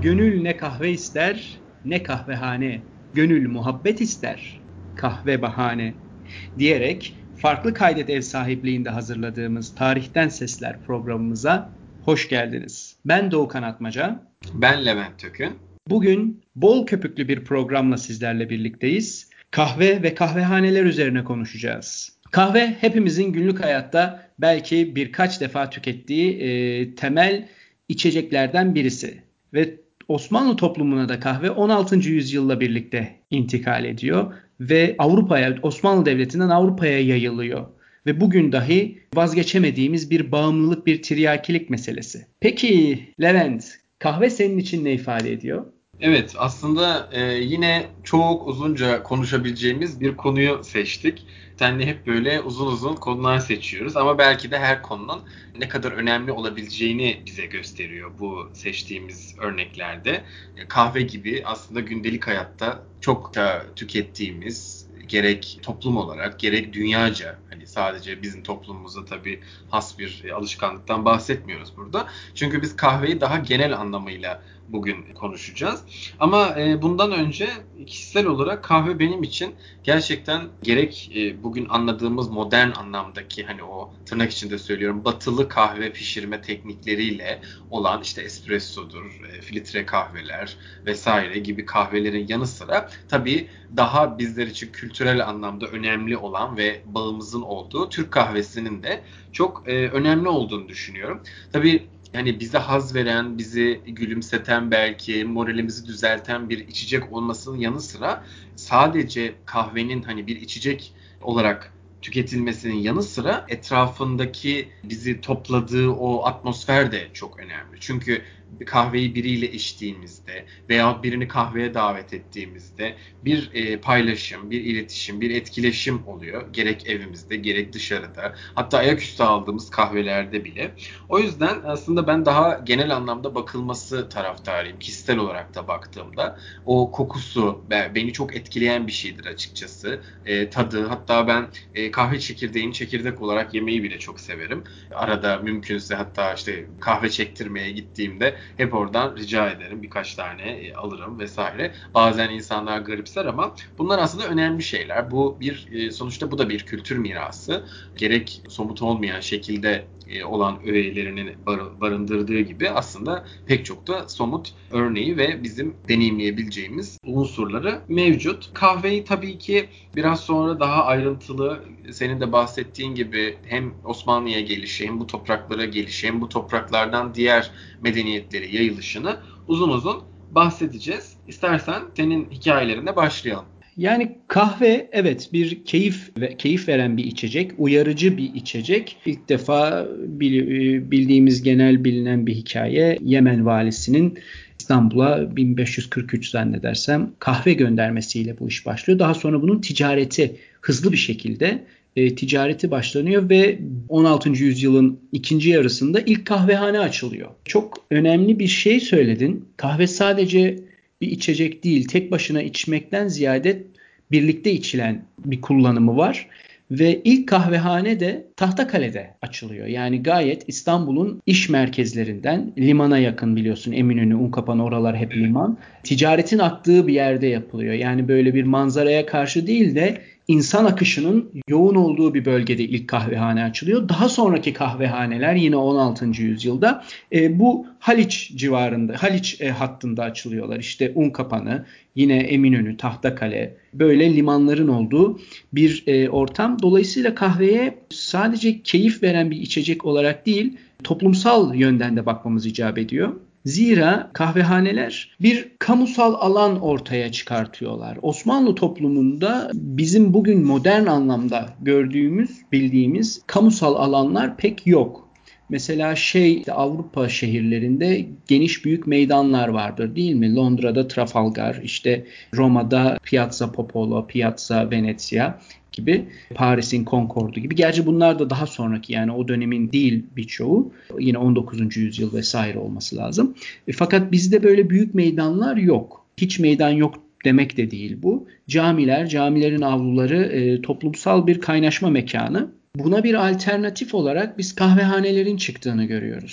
Gönül ne kahve ister, ne kahvehane. Gönül muhabbet ister, kahve bahane. Diyerek farklı kaydet ev sahipliğinde hazırladığımız Tarihten Sesler programımıza hoş geldiniz. Ben Doğukan Atmaca. Ben Levent Tökün. Bugün bol köpüklü bir programla sizlerle birlikteyiz. Kahve ve kahvehaneler üzerine konuşacağız. Kahve hepimizin günlük hayatta belki birkaç defa tükettiği temel içeceklerden birisi. Ve Osmanlı toplumuna da kahve 16. yüzyılla birlikte intikal ediyor ve Avrupa'ya, Osmanlı Devleti'nden Avrupa'ya yayılıyor. Ve bugün dahi vazgeçemediğimiz bir bağımlılık, bir tiryakilik meselesi. Peki Levent, kahve senin için ne ifade ediyor? Evet, aslında yine çok uzunca konuşabileceğimiz bir konuyu seçtik. Seninle hep böyle uzun uzun konular seçiyoruz ama belki de her konunun ne kadar önemli olabileceğini bize gösteriyor bu seçtiğimiz örneklerde. Kahve gibi aslında gündelik hayatta çok da tükettiğimiz, gerek toplum olarak gerek dünyaca, hani sadece bizim toplumumuza tabii has bir alışkanlıktan bahsetmiyoruz burada. Çünkü biz kahveyi daha genel anlamıyla bugün konuşacağız. Ama bundan önce kişisel olarak kahve benim için gerçekten gerek bugün anladığımız modern anlamdaki, hani o tırnak içinde söylüyorum, batılı kahve pişirme teknikleriyle olan işte espressodur, filtre kahveler vesaire gibi kahvelerin yanı sıra tabii daha bizler için kültürel anlamda önemli olan ve bağımızın olduğu Türk kahvesinin de çok önemli olduğunu düşünüyorum. Tabii yani bize haz veren, bizi gülümseten, belki moralimizi düzelten bir içecek olmasının yanı sıra sadece kahvenin hani bir içecek olarak tüketilmesinin yanı sıra etrafındaki bizi topladığı o atmosfer de çok önemli. Çünkü kahveyi biriyle içtiğimizde veya birini kahveye davet ettiğimizde bir paylaşım, bir iletişim, bir etkileşim oluyor. Gerek evimizde, gerek dışarıda, hatta ayaküstü aldığımız kahvelerde bile. O yüzden aslında ben daha genel anlamda bakılması taraftarıyım. Kişisel olarak da baktığımda o kokusu beni çok etkileyen bir şeydir açıkçası. Tadı, hatta ben kahve çekirdeğini çekirdek olarak yemeyi bile çok severim. Arada mümkünse hatta işte kahve çektirmeye gittiğimde hep oradan rica ederim, birkaç tane alırım vesaire. Bazen insanlar garipser ama bunlar aslında önemli şeyler. Bu bir sonuçta bu da bir kültür mirası. Gerek somut olmayan şekilde olan öğelerinin barındırdığı gibi aslında pek çok da somut örneği ve bizim deneyimleyebileceğimiz unsurları mevcut. Kahveyi tabii ki biraz sonra daha ayrıntılı, senin de bahsettiğin gibi, hem Osmanlı'ya gelişi, hem bu topraklara gelişi, hem bu topraklardan diğer medeniyetlere yayılışını uzun uzun bahsedeceğiz. İstersen senin hikayelerine başlayalım. Yani kahve evet bir keyif veren bir içecek, uyarıcı bir içecek. İlk defa bildiğimiz genel bilinen bir hikaye, Yemen valisinin İstanbul'a 1543 zannedersem kahve göndermesiyle bu iş başlıyor. Daha sonra bunun ticareti hızlı bir şekilde ticareti başlanıyor ve 16. yüzyılın ikinci yarısında ilk kahvehane açılıyor. Çok önemli bir şey söyledin. Kahve sadece bir içecek değil, tek başına içmekten ziyade birlikte içilen bir kullanımı var. Ve ilk kahvehane de Tahtakale'de açılıyor. Yani gayet İstanbul'un iş merkezlerinden, limana yakın, biliyorsun Eminönü, Unkapanı, oralar hep liman. Ticaretin aktığı bir yerde yapılıyor. Yani böyle bir manzaraya karşı değil de insan akışının yoğun olduğu bir bölgede ilk kahvehane açılıyor. Daha sonraki kahvehaneler yine 16. yüzyılda bu Haliç civarında, Haliç hattında açılıyorlar. İşte Unkapanı, yine Eminönü, Tahtakale, böyle limanların olduğu bir ortam. Dolayısıyla kahveye sadece keyif veren bir içecek olarak değil, toplumsal yönden de bakmamız icap ediyor. Zira kahvehaneler bir kamusal alan ortaya çıkartıyorlar. Osmanlı toplumunda bizim bugün modern anlamda gördüğümüz, bildiğimiz kamusal alanlar pek yok. Mesela Avrupa şehirlerinde geniş büyük meydanlar vardır, değil mi? Londra'da Trafalgar, işte Roma'da Piazza Popolo, Piazza Venezia gibi, Paris'in Concorde'u gibi. Gerçi bunlar da daha sonraki, yani o dönemin değil birçoğu. Yine 19. yüzyıl vesaire olması lazım. Fakat bizde böyle büyük meydanlar yok. Hiç meydan yok demek de değil bu. Camilerin avluları toplumsal bir kaynaşma mekanı. Buna bir alternatif olarak biz kahvehanelerin çıktığını görüyoruz.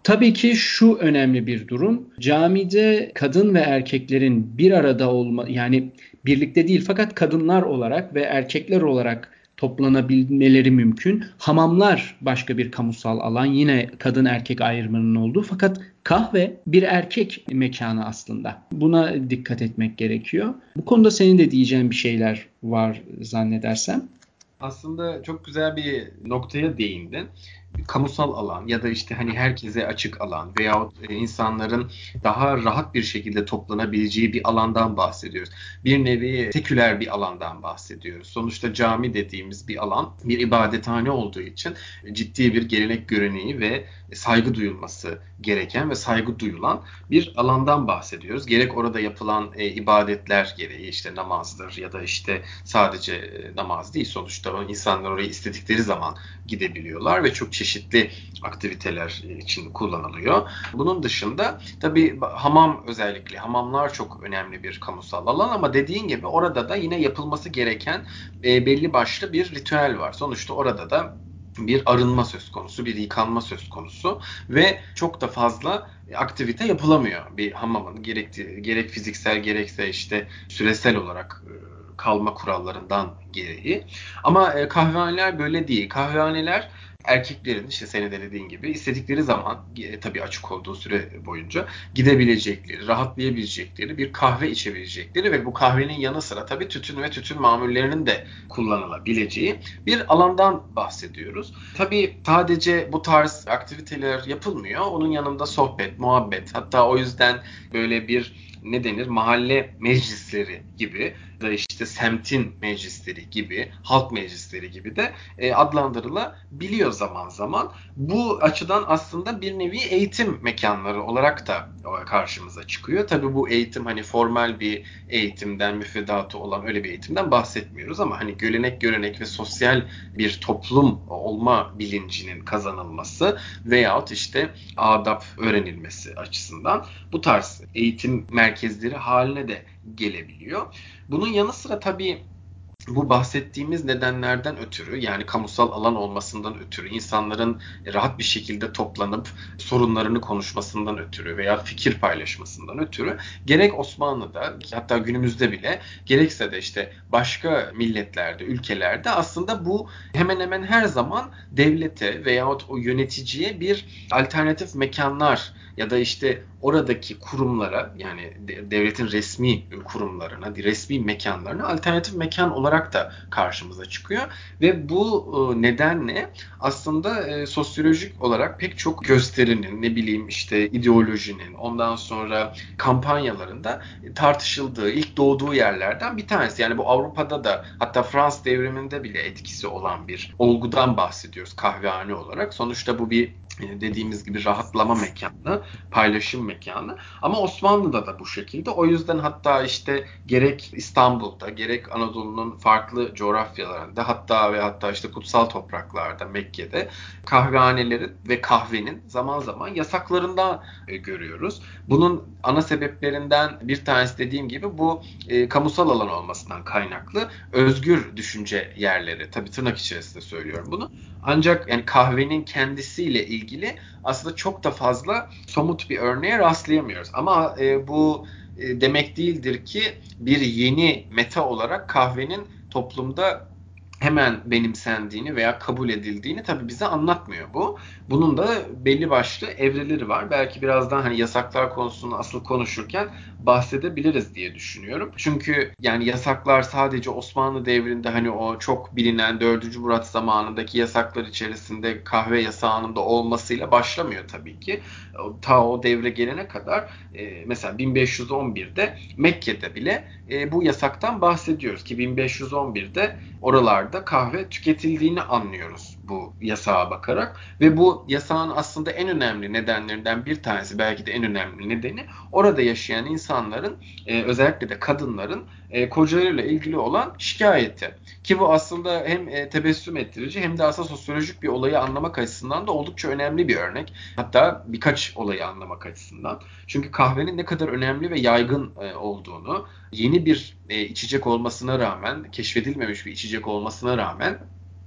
Tabii ki şu önemli bir durum. Camide kadın ve erkeklerin bir arada yani birlikte değil fakat kadınlar olarak ve erkekler olarak toplanabilmeleri mümkün. Hamamlar başka bir kamusal alan. Yine kadın erkek ayrımının olduğu fakat kahve bir erkek mekanı aslında. Buna dikkat etmek gerekiyor. Bu konuda senin de diyeceğin bir şeyler var zannedersem. Aslında çok güzel bir noktaya değindin. Kamusal alan ya da işte hani herkese açık alan veyahut insanların daha rahat bir şekilde toplanabileceği bir alandan bahsediyoruz. Bir nevi seküler bir alandan bahsediyoruz. Sonuçta cami dediğimiz bir alan, bir ibadethane olduğu için ciddi bir gelenek göreneği ve saygı duyulması gereken ve saygı duyulan bir alandan bahsediyoruz. Gerek orada yapılan ibadetler gereği işte namazdır ya da işte sadece namaz değil, sonuçta insanlar oraya istedikleri zaman gidebiliyorlar ve çok çeşitli aktiviteler için kullanılıyor. Bunun dışında tabii hamam, özellikle hamamlar çok önemli bir kamusal alan ama dediğin gibi orada da yine yapılması gereken belli başlı bir ritüel var. Sonuçta orada da bir arınma söz konusu, bir yıkanma söz konusu ve çok da fazla aktivite yapılamıyor bir hamamın gerek fiziksel gerekse işte süresel olarak kalma kurallarından gereği. Ama kahvehaneler böyle değil. Kahvehaneler erkeklerin işte senin de dediğin gibi istedikleri zaman tabii açık olduğu süre boyunca gidebilecekleri, rahatlayabilecekleri, bir kahve içebilecekleri ve bu kahvenin yanı sıra tabii tütün ve tütün mamullerinin de kullanılabileceği bir alandan bahsediyoruz. Tabii sadece bu tarz aktiviteler yapılmıyor. Onun yanında sohbet, muhabbet, hatta o yüzden böyle bir ne denir, mahalle meclisleri gibi da işte semtin meclisleri gibi, halk meclisleri gibi de adlandırılabiliyor zaman zaman. Bu açıdan aslında bir nevi eğitim mekanları olarak da karşımıza çıkıyor. Tabii bu eğitim hani formal bir eğitimden, müfredatı olan öyle bir eğitimden bahsetmiyoruz ama hani görenek ve sosyal bir toplum olma bilincinin kazanılması veyahut işte adab öğrenilmesi açısından bu tarz eğitim merkezleri haline de gelebiliyor. Bunun yanı sıra tabii bu bahsettiğimiz nedenlerden ötürü, yani kamusal alan olmasından ötürü, insanların rahat bir şekilde toplanıp sorunlarını konuşmasından ötürü veya fikir paylaşmasından ötürü gerek Osmanlı'da, hatta günümüzde bile, gerekse de işte başka milletlerde, ülkelerde aslında bu hemen hemen her zaman devlete veyahut o yöneticiye bir alternatif mekanlar ya da işte oradaki kurumlara, yani devletin resmi kurumlarına, resmi mekanlarına alternatif mekan olarak da karşımıza çıkıyor. Ve bu nedenle aslında sosyolojik olarak pek çok gösterinin, ne bileyim işte ideolojinin, ondan sonra kampanyalarında tartışıldığı, ilk doğduğu yerlerden bir tanesi. Yani bu Avrupa'da da, hatta Fransız devriminde bile etkisi olan bir olgudan bahsediyoruz kahvehane olarak. Sonuçta bu bir dediğimiz gibi rahatlama mekanı, paylaşım mekanı. Ama Osmanlı'da da bu şekilde. O yüzden hatta işte gerek İstanbul'da, gerek Anadolu'nun farklı coğrafyalarında, hatta işte kutsal topraklarda, Mekke'de kahvehanelerin ve kahvenin zaman zaman yasaklarında görüyoruz. Bunun ana sebeplerinden bir tanesi, dediğim gibi, bu kamusal alan olmasından kaynaklı özgür düşünce yerleri. Tabii tırnak içerisinde söylüyorum bunu. Ancak yani kahvenin kendisiyle ilgili aslında çok da fazla somut bir örneğe rastlayamıyoruz. Ama bu demek değildir ki bir yeni meta olarak kahvenin toplumda hemen benimsendiğini veya kabul edildiğini tabii bize anlatmıyor bu. Bunun da belli başlı evreleri var. Belki birazdan hani yasaklar konusunu asıl konuşurken bahsedebiliriz diye düşünüyorum. Çünkü yani yasaklar sadece Osmanlı devrinde hani o çok bilinen 4. Murat zamanındaki yasaklar içerisinde kahve yasağının da olmasıyla başlamıyor tabii ki. Ta o devre gelene kadar mesela 1511'de Mekke'de bile bu yasaktan bahsediyoruz ki 1511'de oralarda kahve tüketildiğini anlıyoruz bu yasağa bakarak ve bu yasağın aslında en önemli nedenlerinden bir tanesi, belki de en önemli nedeni, orada yaşayan insanların özellikle de kadınların kocalarıyla ilgili olan şikayeti. Ki bu aslında hem tebessüm ettirici hem de aslında sosyolojik bir olayı anlamak açısından da oldukça önemli bir örnek. Hatta birkaç olayı anlamak açısından. Çünkü kahvenin ne kadar önemli ve yaygın olduğunu, yeni bir içecek olmasına rağmen, keşfedilmemiş bir içecek olmasına rağmen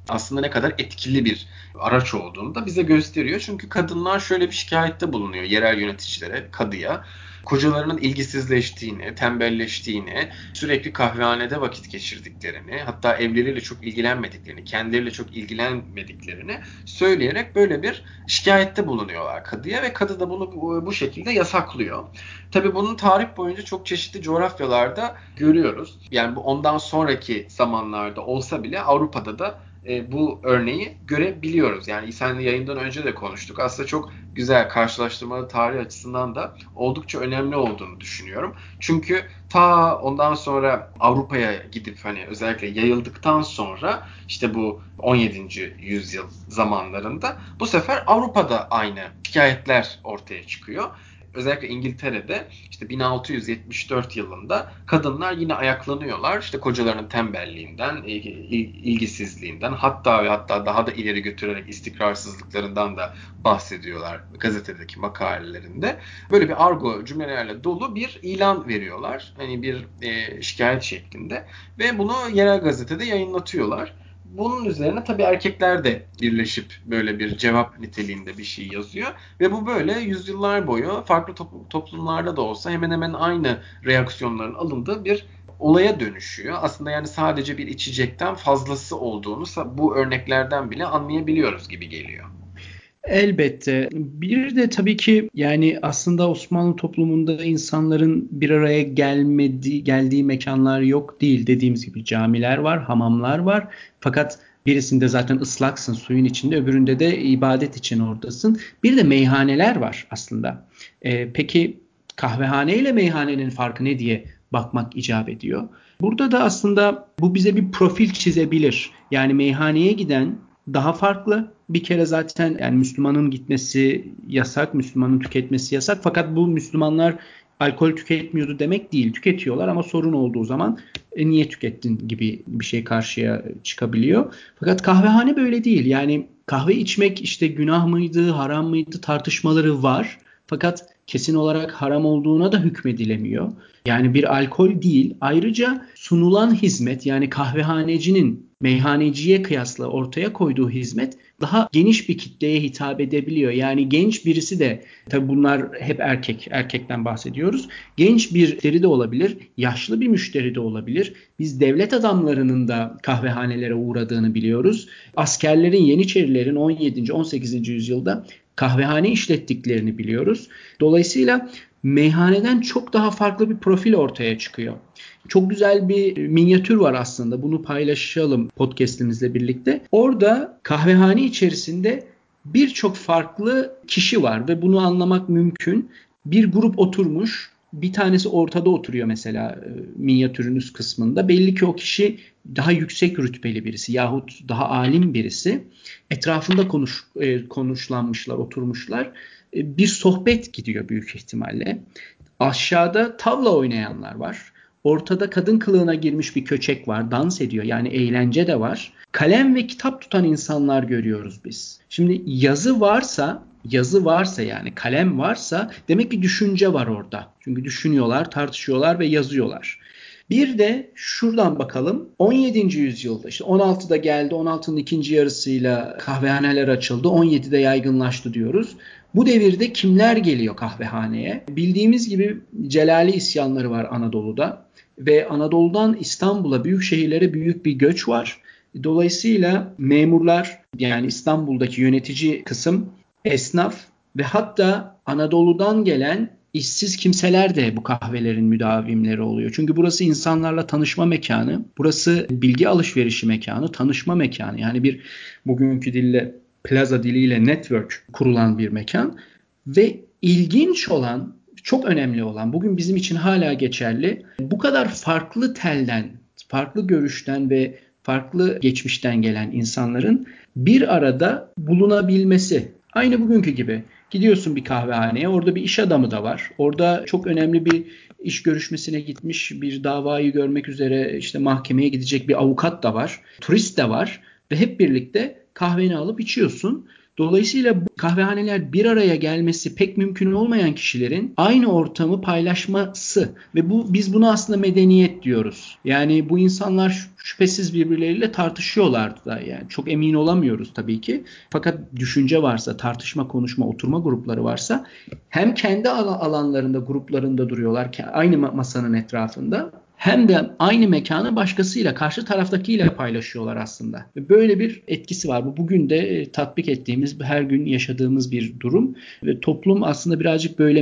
aslında ne kadar etkili bir araç olduğunu da bize gösteriyor. Çünkü kadınlar şöyle bir şikayette bulunuyor yerel yöneticilere, kadıya. Kocalarının ilgisizleştiğini, tembelleştiğini, sürekli kahvehanede vakit geçirdiklerini, hatta evleriyle çok ilgilenmediklerini, kendileriyle çok ilgilenmediklerini söyleyerek böyle bir şikayette bulunuyorlar kadıya ve kadı da bunu bu şekilde yasaklıyor. Tabii bunun tarih boyunca çok çeşitli coğrafyalarda görüyoruz. Yani bu ondan sonraki zamanlarda olsa bile Avrupa'da da bu örneği görebiliyoruz. Yani seninle yayından önce de konuştuk. Aslında çok güzel, karşılaştırmalı tarih açısından da oldukça önemli olduğunu düşünüyorum. Çünkü ta ondan sonra Avrupa'ya gidip hani özellikle yayıldıktan sonra işte bu 17. yüzyıl zamanlarında bu sefer Avrupa'da aynı şikayetler ortaya çıkıyor. Özellikle İngiltere'de işte 1674 yılında kadınlar yine ayaklanıyorlar. İşte kocalarının tembelliğinden, ilgisizliğinden, hatta ve hatta daha da ileri götürerek istikrarsızlıklarından da bahsediyorlar gazetedeki makalelerinde. Böyle bir argo cümlelerle dolu bir ilan veriyorlar. Hani bir şikayet şeklinde ve bunu yerel gazetede yayınlatıyorlar. Bunun üzerine tabii erkekler de birleşip böyle bir cevap niteliğinde bir şey yazıyor. Ve bu böyle yüzyıllar boyu farklı toplumlarda da olsa hemen hemen aynı reaksiyonların alındığı bir olaya dönüşüyor. Aslında yani sadece bir içecekten fazlası olduğunu bu örneklerden bile anlayabiliyoruz gibi geliyor. Elbette. Bir de tabii ki yani aslında Osmanlı toplumunda insanların bir araya geldiği mekanlar yok değil. Dediğimiz gibi camiler var, hamamlar var. Fakat birisinde zaten ıslaksın suyun içinde, öbüründe de ibadet için oradasın. Bir de meyhaneler var aslında. Peki kahvehane ile meyhanenin farkı ne diye bakmak icap ediyor. Burada da aslında bu bize bir profil çizebilir. Yani meyhaneye giden daha farklı. Bir kere zaten yani Müslümanın gitmesi yasak, Müslümanın tüketmesi yasak. Fakat bu Müslümanlar alkol tüketmiyordu demek değil. Tüketiyorlar ama sorun olduğu zaman niye tükettin gibi bir şey karşıya çıkabiliyor. Fakat kahvehane böyle değil. Yani kahve içmek işte günah mıydı, haram mıydı tartışmaları var. Fakat kesin olarak haram olduğuna da hükmedilemiyor. Yani bir alkol değil. Ayrıca sunulan hizmet yani kahvehanecinin meyhaneciye kıyasla ortaya koyduğu hizmet daha geniş bir kitleye hitap edebiliyor. Yani genç birisi de, tabii bunlar hep erkekten bahsediyoruz. Genç bir müşteri de olabilir, yaşlı bir müşteri de olabilir. Biz devlet adamlarının da kahvehanelere uğradığını biliyoruz. Askerlerin, Yeniçerilerin 17. 18. yüzyılda kahvehane işlettiklerini biliyoruz. Dolayısıyla meyhaneden çok daha farklı bir profil ortaya çıkıyor. Çok güzel bir minyatür var aslında. Bunu paylaşalım podcast'imizle birlikte. Orada kahvehane içerisinde birçok farklı kişi var ve bunu anlamak mümkün. Bir grup oturmuş, bir tanesi ortada oturuyor mesela minyatürün üst kısmında. Belli ki o kişi daha yüksek rütbeli birisi yahut daha alim birisi. Etrafında konuşlanmışlar, oturmuşlar. Bir sohbet gidiyor büyük ihtimalle. Aşağıda tavla oynayanlar var. Ortada kadın kılığına girmiş bir köçek var. Dans ediyor. Yani eğlence de var. Kalem ve kitap tutan insanlar görüyoruz biz. Şimdi yazı varsa yani kalem varsa demek ki düşünce var orada. Çünkü düşünüyorlar, tartışıyorlar ve yazıyorlar. Bir de şuradan bakalım. 17. yüzyılda işte 16'da geldi. 16'nın ikinci yarısıyla kahvehaneler açıldı. 17'de yaygınlaştı diyoruz. Bu devirde kimler geliyor kahvehaneye? Bildiğimiz gibi Celali isyanları var Anadolu'da ve Anadolu'dan İstanbul'a, büyük şehirlere büyük bir göç var. Dolayısıyla memurlar yani İstanbul'daki yönetici kısım, esnaf ve hatta Anadolu'dan gelen işsiz kimseler de bu kahvelerin müdavimleri oluyor. Çünkü burası insanlarla tanışma mekanı, burası bilgi alışverişi mekanı, tanışma mekanı. Yani bir bugünkü dille plaza diliyle network kurulan bir mekan ve ilginç olan, çok önemli olan, bugün bizim için hala geçerli. Bu kadar farklı telden, farklı görüşten ve farklı geçmişten gelen insanların bir arada bulunabilmesi. Aynı bugünkü gibi. Gidiyorsun bir kahvehaneye, orada bir iş adamı da var. Orada çok önemli bir iş görüşmesine gitmiş, bir davayı görmek üzere işte mahkemeye gidecek bir avukat da var. Turist de var ve hep birlikte kahveni alıp içiyorsun. Dolayısıyla bu kahvehaneler bir araya gelmesi pek mümkün olmayan kişilerin aynı ortamı paylaşması ve biz buna aslında medeniyet diyoruz. Yani bu insanlar şüphesiz birbirleriyle tartışıyorlar da, yani çok emin olamıyoruz tabii ki. Fakat düşünce varsa, tartışma, konuşma, oturma grupları varsa hem kendi alanlarında, gruplarında duruyorlar aynı masanın etrafında, hem de aynı mekanı başkasıyla, karşı taraftakiyle paylaşıyorlar aslında. Böyle bir etkisi var. Bu bugün de tatbik ettiğimiz, her gün yaşadığımız bir durum ve toplum aslında birazcık böyle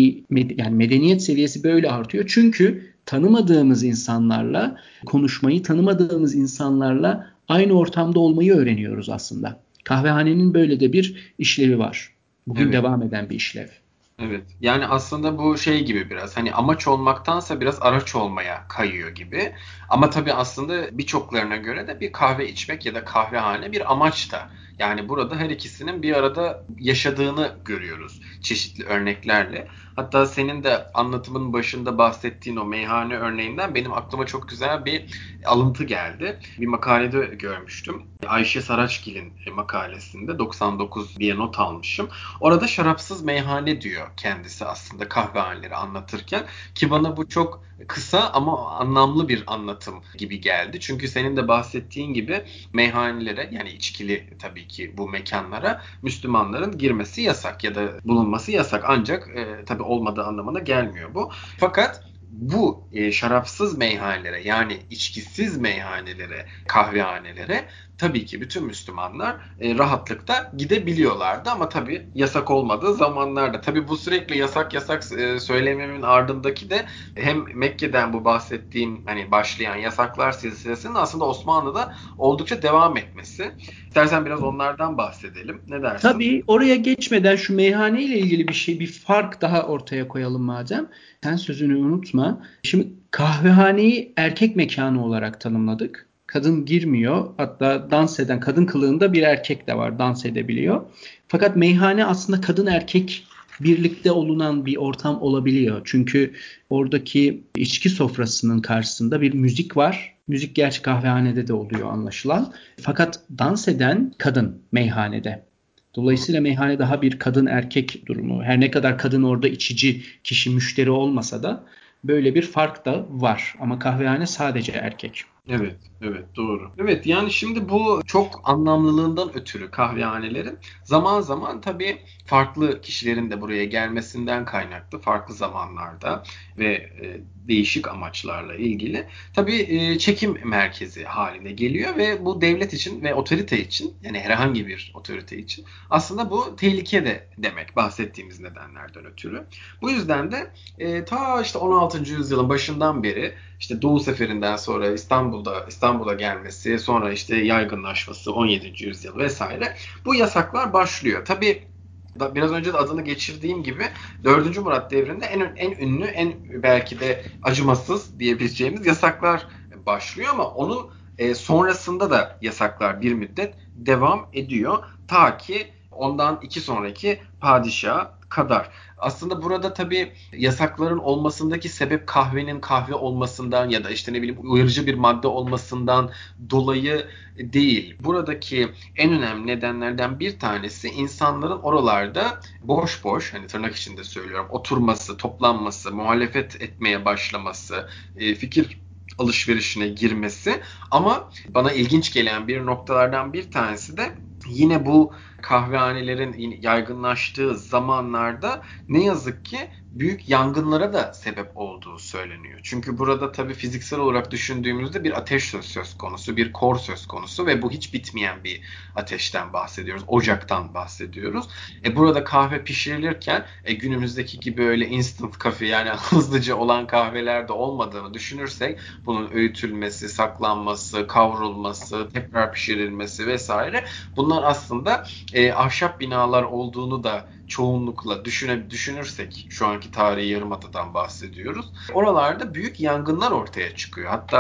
yani medeniyet seviyesi böyle artıyor. Çünkü tanımadığımız insanlarla konuşmayı, tanımadığımız insanlarla aynı ortamda olmayı öğreniyoruz aslında. Kahvehanenin böyle de bir işlevi var. Bugün Evet. devam eden bir işlev. Evet. Yani aslında bu şey gibi biraz hani amaç olmaktansa biraz araç olmaya kayıyor gibi. Ama tabii aslında birçoklarına göre de bir kahve içmek ya da kahvehane bir amaç da. Yani burada her ikisinin bir arada yaşadığını görüyoruz çeşitli örneklerle. Hatta senin de anlatımın başında bahsettiğin o meyhane örneğinden benim aklıma çok güzel bir alıntı geldi. Bir makalede görmüştüm. Ayşe Saraçgil'in makalesinde 99 diye not almışım. Orada şarapsız meyhane diyor kendisi aslında kahvehaneleri anlatırken, ki bana bu çok kısa ama anlamlı bir anlatım gibi geldi. Çünkü senin de bahsettiğin gibi meyhanelere, yani içkili tabii ki bu mekanlara Müslümanların girmesi yasak ya da bulunması yasak, ancak tabii olmadığı anlamına gelmiyor bu. Fakat bu şarapsız meyhanelere, yani içkisiz meyhanelere, kahvehanelere tabii ki bütün Müslümanlar rahatlıkla gidebiliyorlardı, ama tabii yasak olmadığı zamanlarda. Tabii bu sürekli yasak yasak söylememin ardındaki de hem Mekke'den bu bahsettiğim hani başlayan yasaklar silsilesinin aslında Osmanlı'da oldukça devam etmesi. İstersen biraz onlardan bahsedelim. Ne dersin? Tabii oraya geçmeden şu meyhane ile ilgili bir fark daha ortaya koyalım madem. Sen sözünü unutma. Şimdi kahvehaneyi erkek mekanı olarak tanımladık. Kadın girmiyor. Hatta dans eden, kadın kılığında bir erkek de var, dans edebiliyor. Fakat meyhane aslında kadın erkek birlikte olunan bir ortam olabiliyor. Çünkü oradaki içki sofrasının karşısında bir müzik var. Müzik gerçi kahvehanede de oluyor anlaşılan. Fakat dans eden kadın meyhanede. Dolayısıyla meyhane daha bir kadın erkek durumu. Her ne kadar kadın orada içici kişi, müşteri olmasa da böyle bir fark da var. Ama kahvehane sadece erkek. Evet, evet doğru. Evet, yani şimdi bu çok anlamlılığından ötürü kahvehanelerin zaman zaman tabii farklı kişilerin de buraya gelmesinden kaynaklı farklı zamanlarda ve değişik amaçlarla ilgili tabii çekim merkezi haline geliyor ve bu devlet için ve otorite için, yani herhangi bir otorite için aslında bu tehlike de demek, bahsettiğimiz nedenlerden ötürü. Bu yüzden de ta işte 16. yüzyılın başından beri, işte Doğu Seferi'nden sonra İstanbul'a gelmesi, sonra işte yaygınlaşması 17. yüzyıl vesaire, bu yasaklar başlıyor. Tabii biraz önce de adını geçirdiğim gibi 4. Murat devrinde en ünlü, en belki de acımasız diyebileceğimiz yasaklar başlıyor, ama onun sonrasında da yasaklar bir müddet devam ediyor. Ta ki ondan iki sonraki padişah kadar. Aslında burada tabii yasakların olmasındaki sebep kahvenin kahve olmasından ya da işte ne bileyim uyarıcı bir madde olmasından dolayı değil. Buradaki en önemli nedenlerden bir tanesi insanların oralarda boş boş, hani tırnak içinde söylüyorum, oturması, toplanması, muhalefet etmeye başlaması, fikir alışverişine girmesi. Ama bana ilginç gelen bir noktalardan bir tanesi de yine bu kahvehanelerin yaygınlaştığı zamanlarda ne yazık ki büyük yangınlara da sebep olduğu söyleniyor. Çünkü burada tabii fiziksel olarak düşündüğümüzde bir ateş söz konusu, bir kor söz konusu ve bu hiç bitmeyen bir ateşten bahsediyoruz, ocaktan bahsediyoruz. Burada kahve pişirilirken günümüzdeki gibi öyle instant kafe, yani hızlıca olan kahveler de olmadığını düşünürsek, bunun öğütülmesi, saklanması, kavrulması, tekrar pişirilmesi vesaire, bunlar aslında ahşap binalar olduğunu da çoğunlukla düşünürsek, şu anki tarihi yarımadadan bahsediyoruz. Oralarda büyük yangınlar ortaya çıkıyor. Hatta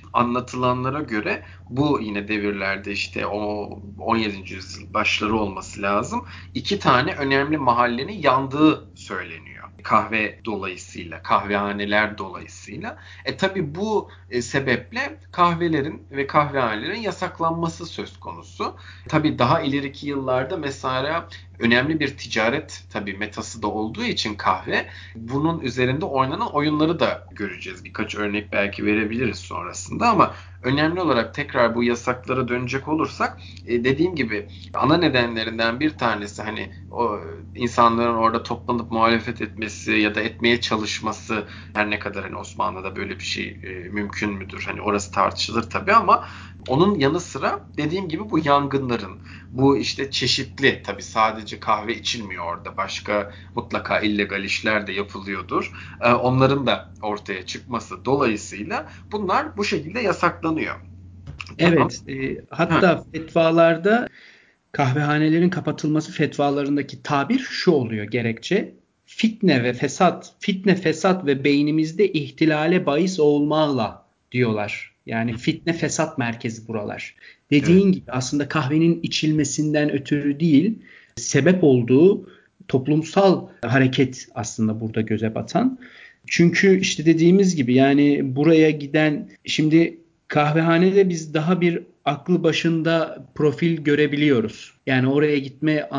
anlatılanlara göre bu yine devirlerde işte o 17. yüzyıl başları olması lazım. 2 tane önemli mahallenin yandığı söyleniyor. Kahve dolayısıyla, kahvehaneler dolayısıyla. Tabii bu sebeple kahvelerin ve kahvehanelerin yasaklanması söz konusu. Tabii daha ileriki yıllarda mesela önemli bir ticaret tabii metası da olduğu için kahve, bunun üzerinde oynanan oyunları da göreceğiz. Birkaç örnek belki verebiliriz sonrasında ama önemli olarak tekrar bu yasaklara dönecek olursak dediğim gibi ana nedenlerinden bir tanesi hani o insanların orada toplanıp muhalefet etmesi ya da etmeye çalışması, her ne kadar hani Osmanlı'da böyle bir şey mümkün müdür? Hani orası tartışılır tabii ama onun yanı sıra dediğim gibi bu yangınların, bu işte çeşitli tabii sadece kahve içilmiyor orada. Başka mutlaka illegal işler de yapılıyordur. Onların da ortaya çıkması dolayısıyla bunlar bu şekilde yasaklanıyor. Tamam. Evet, Ha, hatta fetvalarda kahvehanelerin kapatılması fetvalarındaki tabir şu oluyor gerekçe. Fitne fesat ve beynimizde ihtilale bahis olmakla diyorlar. Yani fitne fesat merkezi buralar. evet. Dediğin gibi aslında kahvenin içilmesinden ötürü değil, sebep olduğu toplumsal hareket aslında burada göze batan. Çünkü işte dediğimiz gibi yani buraya giden şimdi kahvehanede biz daha bir aklı başında profil görebiliyoruz. Yani oraya gitme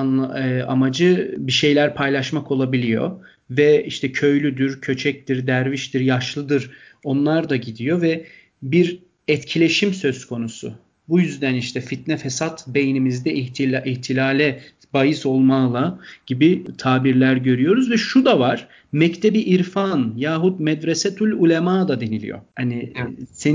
amacı bir şeyler paylaşmak olabiliyor. Ve işte köylüdür, köçektir, derviştir, yaşlıdır. Onlar da gidiyor ve bir etkileşim söz konusu. Bu yüzden işte fitne fesat beynimizde ihtilale bahis olmakla gibi tabirler görüyoruz ve şu da var. Mektebi irfan yahut medresetül ulema da deniliyor. Hani Evet.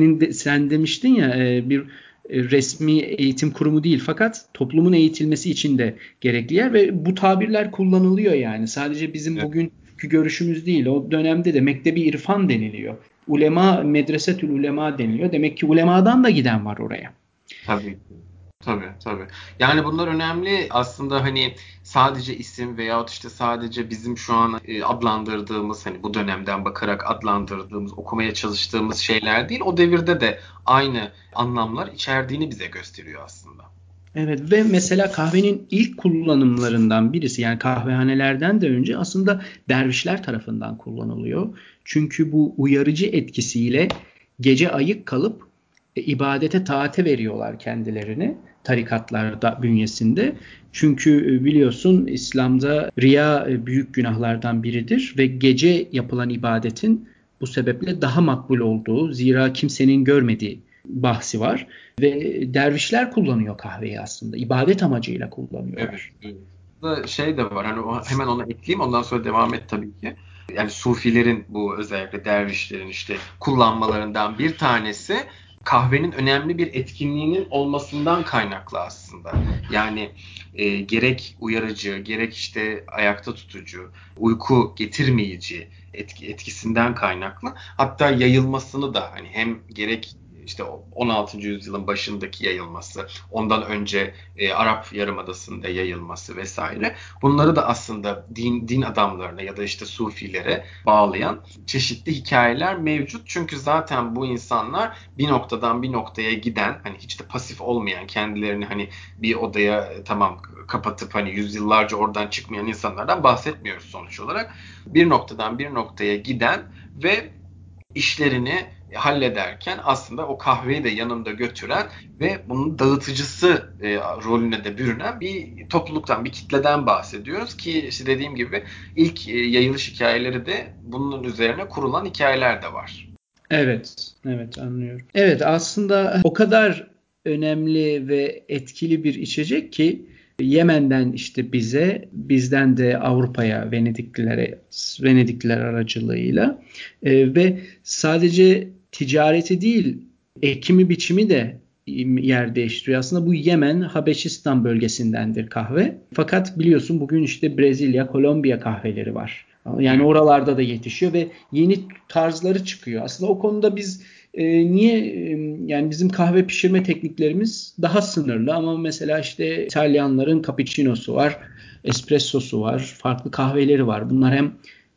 sen demiştin ya bir resmi eğitim kurumu değil fakat toplumun eğitilmesi için de gerekli yer ve bu tabirler kullanılıyor yani. Sadece bizim Evet. bugünkü görüşümüz değil. O dönemde de mektebi irfan deniliyor. Ulema, medresetül ulema deniliyor. Demek ki ulemadan da giden var oraya. Tabii ki. Tabii, tabii. Yani bunlar önemli. Aslında hani sadece isim veyahut işte sadece bizim şu an adlandırdığımız hani bu dönemden bakarak adlandırdığımız, okumaya çalıştığımız şeyler değil. O devirde de aynı anlamlar içerdiğini bize gösteriyor aslında. Evet ve mesela kahvenin ilk kullanımlarından birisi yani kahvehanelerden de önce aslında dervişler tarafından kullanılıyor. Çünkü bu uyarıcı etkisiyle gece ayık kalıp ibadete taate veriyorlar kendilerini tarikatlarda bünyesinde. Çünkü biliyorsun İslam'da riya büyük günahlardan biridir ve gece yapılan ibadetin bu sebeple daha makbul olduğu, zira kimsenin görmediği bahsi var. Ve dervişler kullanıyor kahveyi aslında. İbadet amacıyla Evet, kullanıyorlar. evet. Burada şey de var. Hani hemen onu ekleyeyim ondan sonra devam et tabii ki. Yani sufilerin bu özellikle dervişlerin işte kullanmalarından bir tanesi kahvenin önemli bir etkinliğinin olmasından kaynaklı aslında. Yani gerek uyarıcı, gerek işte ayakta tutucu, uyku getirmeyici etkisinden kaynaklı. Hatta yayılmasını da hani hem gerek işte 16. yüzyılın başındaki yayılması, ondan önce Arap Yarımadası'nda yayılması vesaire. Bunları da aslında din adamlarına ya da işte sufilere bağlayan çeşitli hikayeler mevcut. Çünkü zaten bu insanlar bir noktadan bir noktaya giden, hani hiç de pasif olmayan, kendilerini hani bir odaya tamam kapatıp hani yüzyıllarca oradan çıkmayan insanlardan bahsetmiyoruz sonuç olarak. Bir noktadan bir noktaya giden ve işlerini hallederken aslında o kahveyi de yanında götüren ve bunun dağıtıcısı rolüne de bürünen bir topluluktan, bir kitleden bahsediyoruz ki işte dediğim gibi ilk yayılış hikayeleri de bunun üzerine kurulan hikayeler de var. Evet, evet anlıyorum. Evet aslında o kadar önemli ve etkili bir içecek ki Yemen'den işte bizden de Avrupa'ya Venedikliler aracılığıyla ve sadece ticareti değil ekimi biçimi de yer değiştiriyor. Aslında bu Yemen, Habeşistan bölgesindendir kahve. Fakat biliyorsun bugün işte Brezilya, Kolombiya kahveleri var. Yani Evet. oralarda da yetişiyor ve yeni tarzları çıkıyor. Aslında o konuda biz niye yani bizim kahve pişirme tekniklerimiz daha sınırlı ama mesela işte İtalyanların cappuccino'su var, espressosu var, farklı kahveleri var. Bunlar hem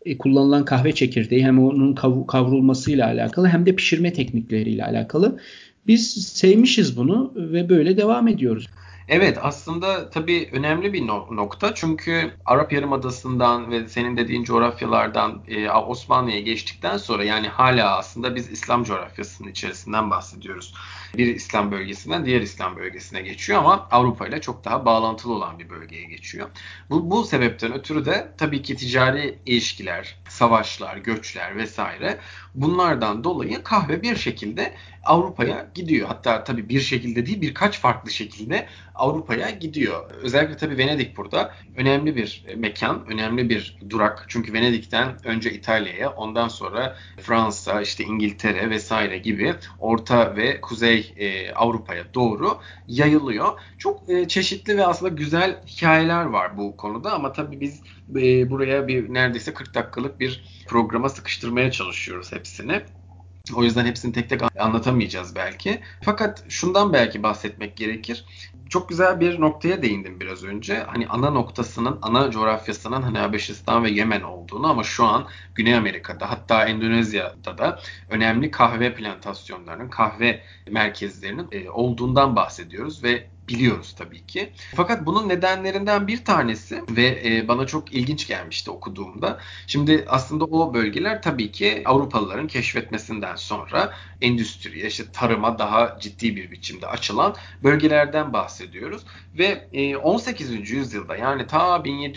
kullanılan kahve çekirdeği hem onun kavrulmasıyla alakalı hem de pişirme teknikleriyle alakalı. Biz sevmişiz bunu ve böyle devam ediyoruz. Evet, aslında tabii önemli bir nokta, çünkü Arap Yarımadası'ndan ve senin dediğin coğrafyalardan Osmanlı'ya geçtikten sonra, yani hala aslında biz İslam coğrafyasının içerisinden bahsediyoruz. Bir İslam bölgesinden diğer İslam bölgesine geçiyor ama Avrupa ile çok daha bağlantılı olan bir bölgeye geçiyor. Bu sebepten ötürü de tabii ki ticari ilişkiler, savaşlar, göçler vesaire, bunlardan dolayı kahve bir şekilde Avrupa'ya gidiyor. Hatta tabii bir şekilde değil, birkaç farklı şekilde Avrupa'ya gidiyor. Özellikle tabii Venedik burada önemli bir mekan, önemli bir durak. Çünkü Venedik'ten önce İtalya'ya, ondan sonra Fransa, işte İngiltere vesaire gibi Orta ve Kuzey Avrupa'ya doğru yayılıyor. Çok çeşitli ve aslında güzel hikayeler var bu konuda, ama tabii biz buraya bir neredeyse 40 dakikalık bir programa sıkıştırmaya çalışıyoruz hepsini. O yüzden hepsini tek tek anlatamayacağız belki. Fakat şundan belki bahsetmek gerekir. Çok güzel bir noktaya değindim biraz önce. Hani ana noktasının, ana coğrafyasının hani Habeşistan ve Yemen olduğunu, ama şu an Güney Amerika'da, hatta Endonezya'da da önemli kahve plantasyonlarının, kahve merkezlerinin olduğundan bahsediyoruz ve biliyoruz tabii ki. Fakat bunun nedenlerinden bir tanesi ve bana çok ilginç gelmişti okuduğumda. Şimdi aslında o bölgeler tabii ki Avrupalıların keşfetmesinden sonra endüstriye, işte tarıma daha ciddi bir biçimde açılan bölgelerden bahsediyoruz. Ve 18. yüzyılda, yani ta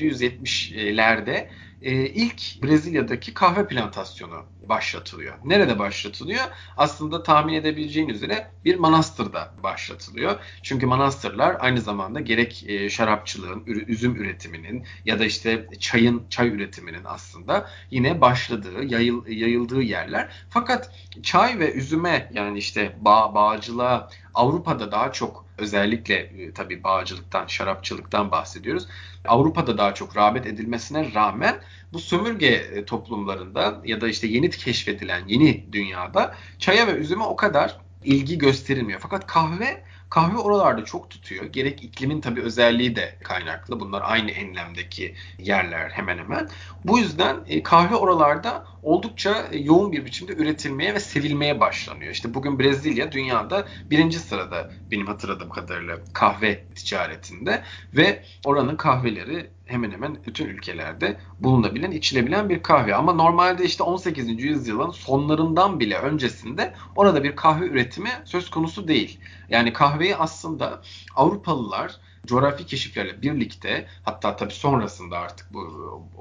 1770'lerde ilk Brezilya'daki kahve plantasyonu başlatılıyor. Nerede başlatılıyor? Aslında tahmin edebileceğin üzere bir manastırda başlatılıyor. Çünkü manastırlar aynı zamanda gerek şarapçılığın, üzüm üretiminin ya da işte çay üretiminin aslında yine başladığı, yayıldığı yerler. Fakat çay ve üzüme, yani işte bağcılığa Avrupa'da daha çok, özellikle tabii bağcılıktan, şarapçılıktan bahsediyoruz. Avrupa'da daha çok rağbet edilmesine rağmen bu sömürge toplumlarında ya da işte yeni keşfedilen yeni dünyada çaya ve üzüme o kadar ilgi gösterilmiyor. Fakat kahve oralarda çok tutuyor. Gerek iklimin tabii özelliği de kaynaklı. Bunlar aynı enlemdeki yerler hemen hemen. Bu yüzden kahve oralarda oldukça yoğun bir biçimde üretilmeye ve sevilmeye başlanıyor. İşte bugün Brezilya dünyada birinci sırada benim hatırladığım kadarıyla kahve ticaretinde ve oranın kahveleri hemen hemen bütün ülkelerde bulunabilen, içilebilen bir kahve. Ama normalde işte 18. yüzyılın sonlarından bile öncesinde orada bir kahve üretimi söz konusu değil. Yani kahveyi aslında Avrupalılar coğrafi keşiflerle birlikte, hatta tabii sonrasında, artık bu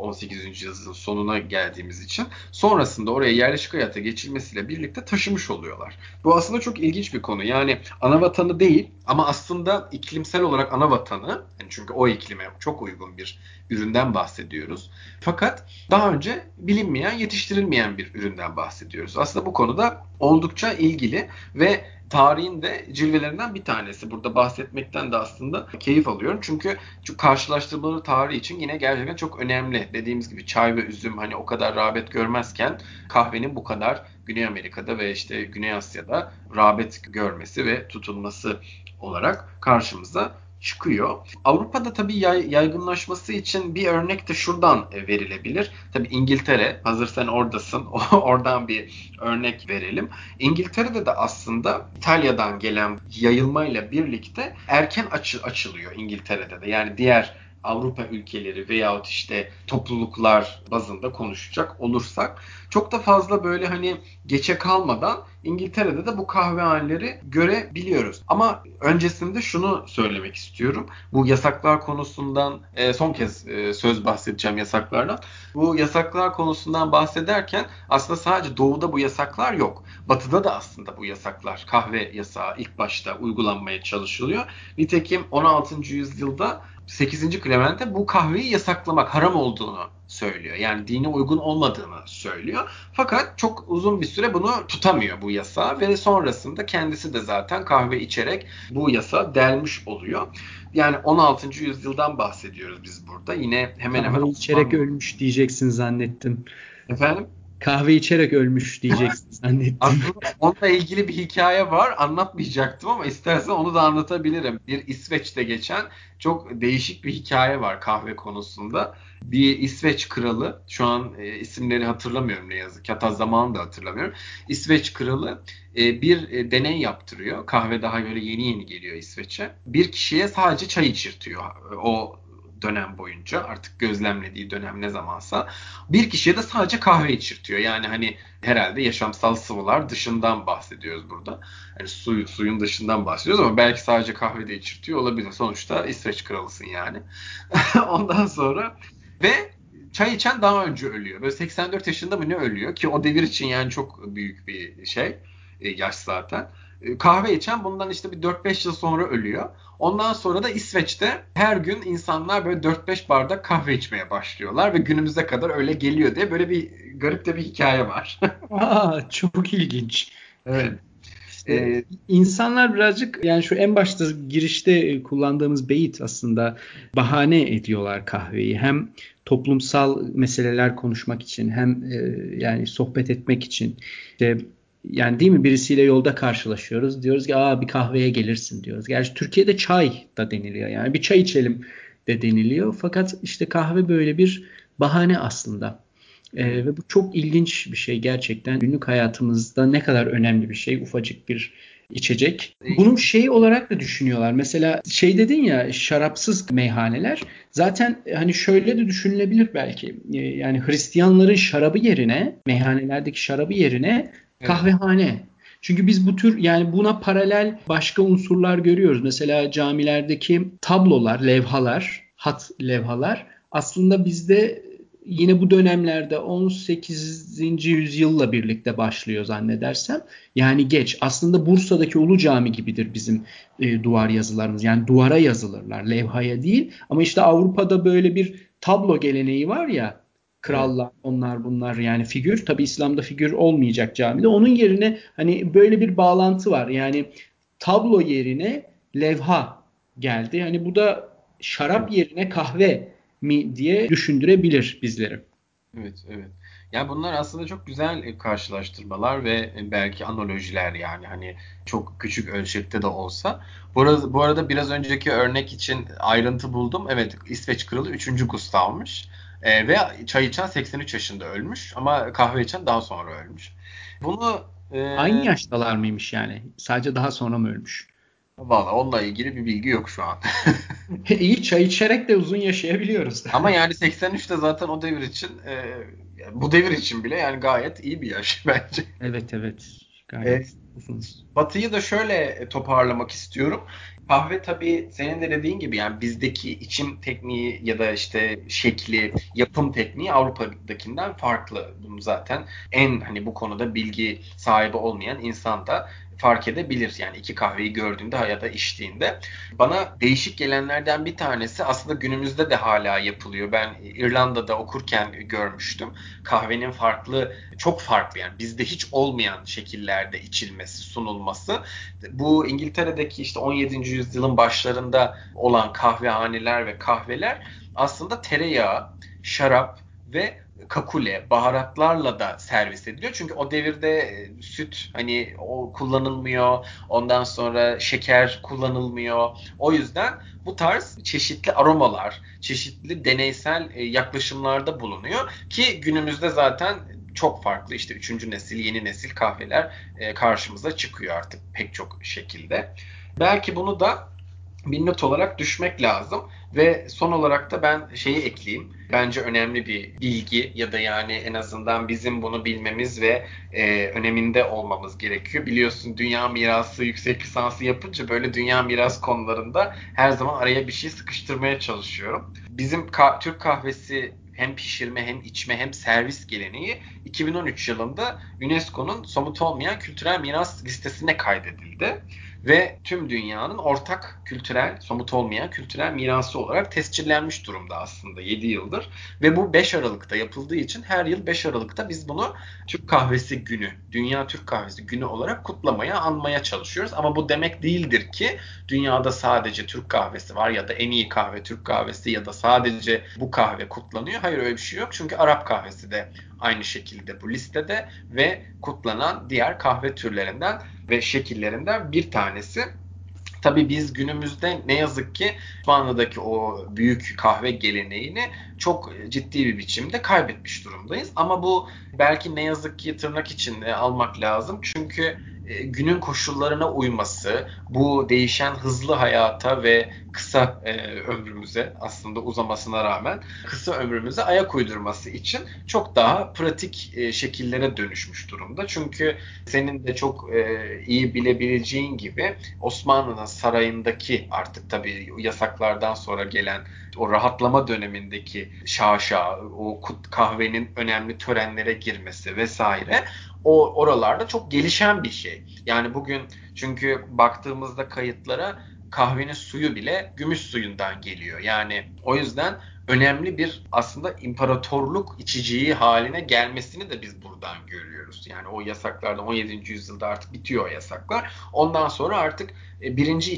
18. yüzyılın sonuna geldiğimiz için sonrasında oraya yerleşik hayata geçilmesiyle birlikte taşımış oluyorlar. Bu aslında çok ilginç bir konu. Yani ana vatanı değil ama aslında iklimsel olarak ana vatanı. Yani çünkü o iklime çok uygun bir üründen bahsediyoruz. Fakat daha önce bilinmeyen, yetiştirilmeyen bir üründen bahsediyoruz. Aslında bu konuda oldukça ilgili ve tarihin de cilvelerinden bir tanesi. Burada bahsetmekten de aslında keyif alıyorum. Çünkü karşılaştırmaları tarihi için yine gerçekten çok önemli. Dediğimiz gibi çay ve üzüm hani o kadar rağbet görmezken kahvenin bu kadar Güney Amerika'da ve işte Güney Asya'da rağbet görmesi ve tutulması olarak karşımıza çıkıyor. Avrupa'da tabii yaygınlaşması için bir örnek de şuradan verilebilir. Tabii İngiltere, hazır sen oradasın, oradan bir örnek verelim. İngiltere'de de aslında İtalya'dan gelen yayılmayla birlikte erken açılıyor İngiltere'de de. Yani diğer Avrupa ülkeleri veyahut işte topluluklar bazında konuşacak olursak çok da fazla böyle hani geçe kalmadan İngiltere'de de bu kahvehaneleri görebiliyoruz. Ama öncesinde şunu söylemek istiyorum. Bu yasaklar konusundan son kez söz bahsedeceğim yasaklardan. Bu yasaklar konusundan bahsederken aslında sadece doğuda bu yasaklar yok. Batı'da da aslında bu yasaklar, kahve yasağı ilk başta uygulanmaya çalışılıyor. Nitekim 16. yüzyılda 8. Clemente bu kahveyi yasaklamak, haram olduğunu söylüyor. Yani dine uygun olmadığını söylüyor. Fakat çok uzun bir süre bunu tutamıyor, bu yasağı, ve sonrasında kendisi de zaten kahve içerek bu yasa delmiş oluyor. Yani 16. yüzyıldan bahsediyoruz biz burada. Yine hemen hemen Kahve içerek Osmanlı. ölmüş diyeceksin zannettim. Efendim? Kahve içerek ölmüş diyeceksin zannettim. Aslında onunla ilgili bir hikaye var. Anlatmayacaktım ama istersen onu da anlatabilirim. Bir İsveç'te geçen çok değişik bir hikaye var kahve konusunda. Bir İsveç kralı, şu an isimleri hatırlamıyorum ne yazık ki, hatta zamanını da hatırlamıyorum. İsveç kralı bir deney yaptırıyor. Kahve daha böyle yeni yeni geliyor İsveç'e. Bir kişiye sadece çay içirtiyor. O dönem boyunca, artık gözlemlediği dönem ne zamansa, bir kişiye de sadece kahve içirtiyor. Yani hani herhalde yaşamsal sıvılar dışından bahsediyoruz burada. Yani suyun dışından bahsediyoruz ama belki sadece kahve de içirtiyor olabilir. Sonuçta İsveç kralısın yani. Ondan sonra ve çay içen daha önce ölüyor. Böyle 84 yaşında mı ne ölüyor ki o devir için yani çok büyük bir şey. Yaş zaten. Kahve içen bundan işte bir 4-5 yıl sonra ölüyor. Ondan sonra da İsveç'te her gün insanlar böyle 4-5 bardak kahve içmeye başlıyorlar ve günümüze kadar öyle geliyor diye böyle bir garip de bir hikaye var. Aa, çok ilginç. Evet. İşte insanlar birazcık yani şu en başta girişte kullandığımız beyit aslında bahane ediyorlar kahveyi. Hem toplumsal meseleler konuşmak için hem yani sohbet etmek için. İşte, yani değil mi, birisiyle yolda karşılaşıyoruz. Diyoruz ki bir kahveye gelirsin diyoruz. Gerçi Türkiye'de çay da deniliyor. Yani bir çay içelim de deniliyor. Fakat işte kahve böyle bir bahane aslında. Ve bu çok ilginç bir şey gerçekten. Günlük hayatımızda ne kadar önemli bir şey. Ufacık bir içecek. Bunu şey olarak da düşünüyorlar. Mesela şey dedin ya, şarapsız meyhaneler. Zaten hani şöyle de düşünülebilir belki. Yani Hristiyanların şarabı yerine, meyhanelerdeki şarabı yerine Evet. kahvehane. Çünkü biz bu tür yani buna paralel başka unsurlar görüyoruz. Mesela camilerdeki tablolar, levhalar, hat levhalar aslında bizde yine bu dönemlerde 18. yüzyılla birlikte başlıyor zannedersem. Yani geç. Aslında Bursa'daki Ulu Cami gibidir bizim duvar yazılarımız. Yani duvara yazılırlar, levhaya değil. Ama işte Avrupa'da böyle bir tablo geleneği var ya. Evet. Krallar, onlar bunlar, yani figür. Tabii İslam'da figür olmayacak camide. Onun yerine hani böyle bir bağlantı var. Yani tablo yerine levha geldi. Hani bu da şarap yerine kahve mi diye düşündürebilir bizleri. Evet, evet. Yani bunlar aslında çok güzel karşılaştırmalar ve belki analojiler, yani hani çok küçük ölçekte de olsa. Bu arada biraz önceki örnek için ayrıntı buldum. Evet, İsveç kralı 3. Gustav'mış. Ve çay içen 83 yaşında ölmüş ama kahve içen daha sonra ölmüş. Bunu Aynı yaştalar mıymış yani? Sadece daha sonra mı ölmüş? valla onunla ilgili bir bilgi yok şu an. İyi, çay içerek de uzun yaşayabiliyoruz. Ama yani 83 de zaten o devir için bu devir için bile yani gayet iyi bir yaş bence. Evet, evet. E, Gayet uzun. Batıyı da şöyle toparlamak istiyorum. Kahve tabii senin de dediğin gibi yani bizdeki içim tekniği ya da işte şekli, yapım tekniği Avrupa'dakinden farklı. Bunu zaten en hani bu konuda bilgi sahibi olmayan insan da fark edebilir. Yani iki kahveyi gördüğünde ya da içtiğinde. Bana değişik gelenlerden bir tanesi aslında günümüzde de hala yapılıyor. Ben İrlanda'da okurken görmüştüm. Kahvenin çok farklı yani bizde hiç olmayan şekillerde içilmesi, sunulması. Bu İngiltere'deki işte 17. yüzyılın başlarında olan kahvehaneler ve kahveler aslında tereyağı, şarap ve kakule, baharatlarla da servis ediliyor. Çünkü o devirde süt hani o kullanılmıyor. Ondan sonra şeker kullanılmıyor. O yüzden bu tarz çeşitli aromalar, çeşitli deneysel yaklaşımlarda bulunuyor ki günümüzde zaten çok farklı işte üçüncü nesil, yeni nesil kahveler karşımıza çıkıyor artık pek çok şekilde. Belki bunu da bir not olarak düşmek lazım. Ve son olarak da ben şeyi ekleyeyim. Bence önemli bir bilgi ya da yani en azından bizim bunu bilmemiz ve öneminde olmamız gerekiyor. Biliyorsun, dünya mirası yüksek lisansı yapınca böyle dünya miras konularında her zaman araya bir şey sıkıştırmaya çalışıyorum. Bizim Türk kahvesi hem pişirme hem içme hem servis geleneği 2013 yılında UNESCO'nun somut olmayan kültürel miras listesine kaydedildi. ve tüm dünyanın ortak kültürel, somut olmayan kültürel mirası olarak tescillenmiş durumda aslında 7 yıldır. Ve bu 5 Aralık'ta yapıldığı için her yıl 5 Aralık'ta biz bunu Türk Kahvesi Günü, Dünya Türk Kahvesi Günü olarak kutlamaya, anmaya çalışıyoruz. Ama bu demek değildir ki dünyada sadece Türk kahvesi var ya da en iyi kahve Türk kahvesi ya da sadece bu kahve kutlanıyor. Hayır, öyle bir şey yok. Çünkü Arap kahvesi de aynı şekilde bu listede ve kutlanan diğer kahve türlerinden ve şekillerinden bir tanesi. Tabii biz günümüzde ne yazık ki Osmanlı'daki o büyük kahve geleneğini çok ciddi bir biçimde kaybetmiş durumdayız. Ama bu belki ne yazık ki tırnak içinde almak lazım. Çünkü günün koşullarına uyması, bu değişen hızlı hayata ve kısa ömrümüze, aslında uzamasına rağmen kısa ömrümüze ayak uydurması için çok daha pratik şekillere dönüşmüş durumda. Çünkü senin de çok iyi bilebileceğin gibi Osmanlı'nın sarayındaki, artık tabii yasaklardan sonra gelen o rahatlama dönemindeki şaşa, o kahvenin önemli törenlere girmesi vesaire, o oralarda çok gelişen bir şey. Yani bugün, çünkü baktığımızda kayıtlara, kahvenin suyu bile gümüş suyundan geliyor. Yani o yüzden önemli bir aslında imparatorluk içeceği haline gelmesini de biz buradan görüyoruz. Yani o yasaklardan 17. yüzyılda artık bitiyor o yasaklar. Ondan sonra artık birinci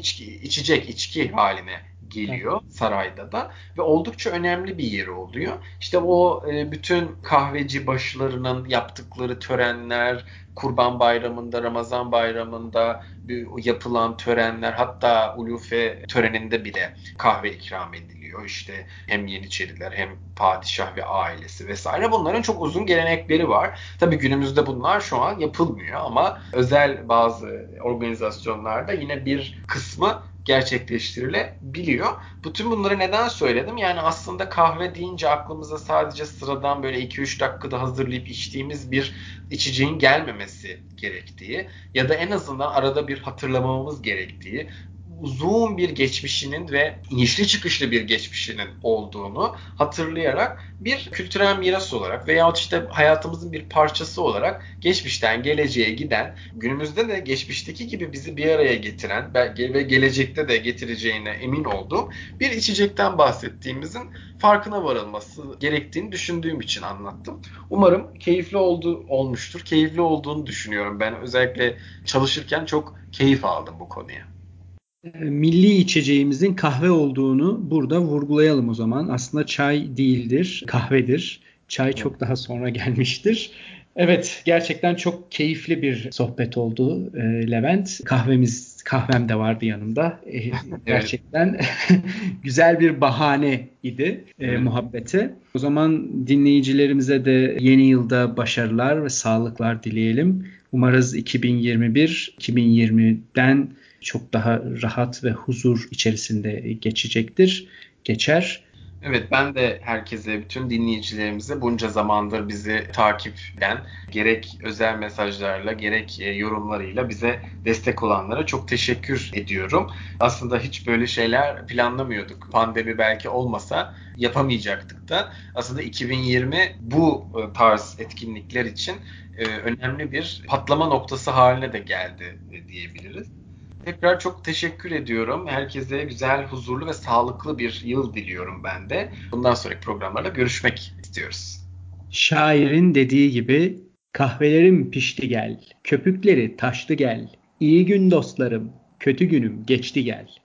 içki haline geliyor sarayda da ve oldukça önemli bir yeri oluyor. İşte o bütün kahveci başlarının yaptıkları törenler, Kurban Bayramı'nda, Ramazan Bayramı'nda yapılan törenler, hatta Ulufe töreninde bile kahve ikram ediliyor. İşte hem Yeniçeriler hem padişah ve ailesi vesaire, bunların çok uzun gelenekleri var. Tabii günümüzde bunlar şu an yapılmıyor ama özel bazı organizasyonlarda yine bir kısmı gerçekleştirilebiliyor. Bütün bunları neden söyledim? Yani aslında kahve deyince aklımıza sadece sıradan böyle 2-3 dakikada hazırlayıp içtiğimiz bir içeceğin gelmemesi gerektiği ya da en azından arada bir hatırlamamız gerektiği, uzun bir geçmişinin ve inişli çıkışlı bir geçmişinin olduğunu hatırlayarak bir kültürel miras olarak veya işte hayatımızın bir parçası olarak geçmişten geleceğe giden, günümüzde de geçmişteki gibi bizi bir araya getiren ve gelecekte de getireceğine emin olduğum bir içecekten bahsettiğimizin farkına varılması gerektiğini düşündüğüm için anlattım. Umarım keyifli olmuştur. Keyifli olduğunu düşünüyorum. Ben özellikle çalışırken çok keyif aldım bu konuya. Milli içeceğimizin kahve olduğunu burada vurgulayalım o zaman. Aslında çay değildir, kahvedir. Çay Evet. çok daha sonra gelmiştir. Evet, gerçekten çok keyifli bir sohbet oldu Levent. Kahvem de vardı yanımda. Evet. Gerçekten güzel bir bahane idi Evet. muhabbete. O zaman dinleyicilerimize de yeni yılda başarılar ve sağlıklar dileyelim. Umarız 2021, 2020'den çok daha rahat ve huzur içerisinde geçer. Evet, ben de herkese, bütün dinleyicilerimize, bunca zamandır bizi takip eden, gerek özel mesajlarla gerek yorumlarıyla bize destek olanlara çok teşekkür ediyorum. Aslında hiç böyle şeyler planlamıyorduk. Pandemi belki olmasa yapamayacaktık da. Aslında 2020 bu tarz etkinlikler için önemli bir patlama noktası haline de geldi diyebiliriz. Tekrar çok teşekkür ediyorum. Herkese güzel, huzurlu ve sağlıklı bir yıl diliyorum ben de. Bundan sonraki programlarda görüşmek istiyoruz. Şairin dediği gibi kahvelerim pişti gel, köpükleri taştı gel. İyi gün dostlarım, kötü günüm geçti gel.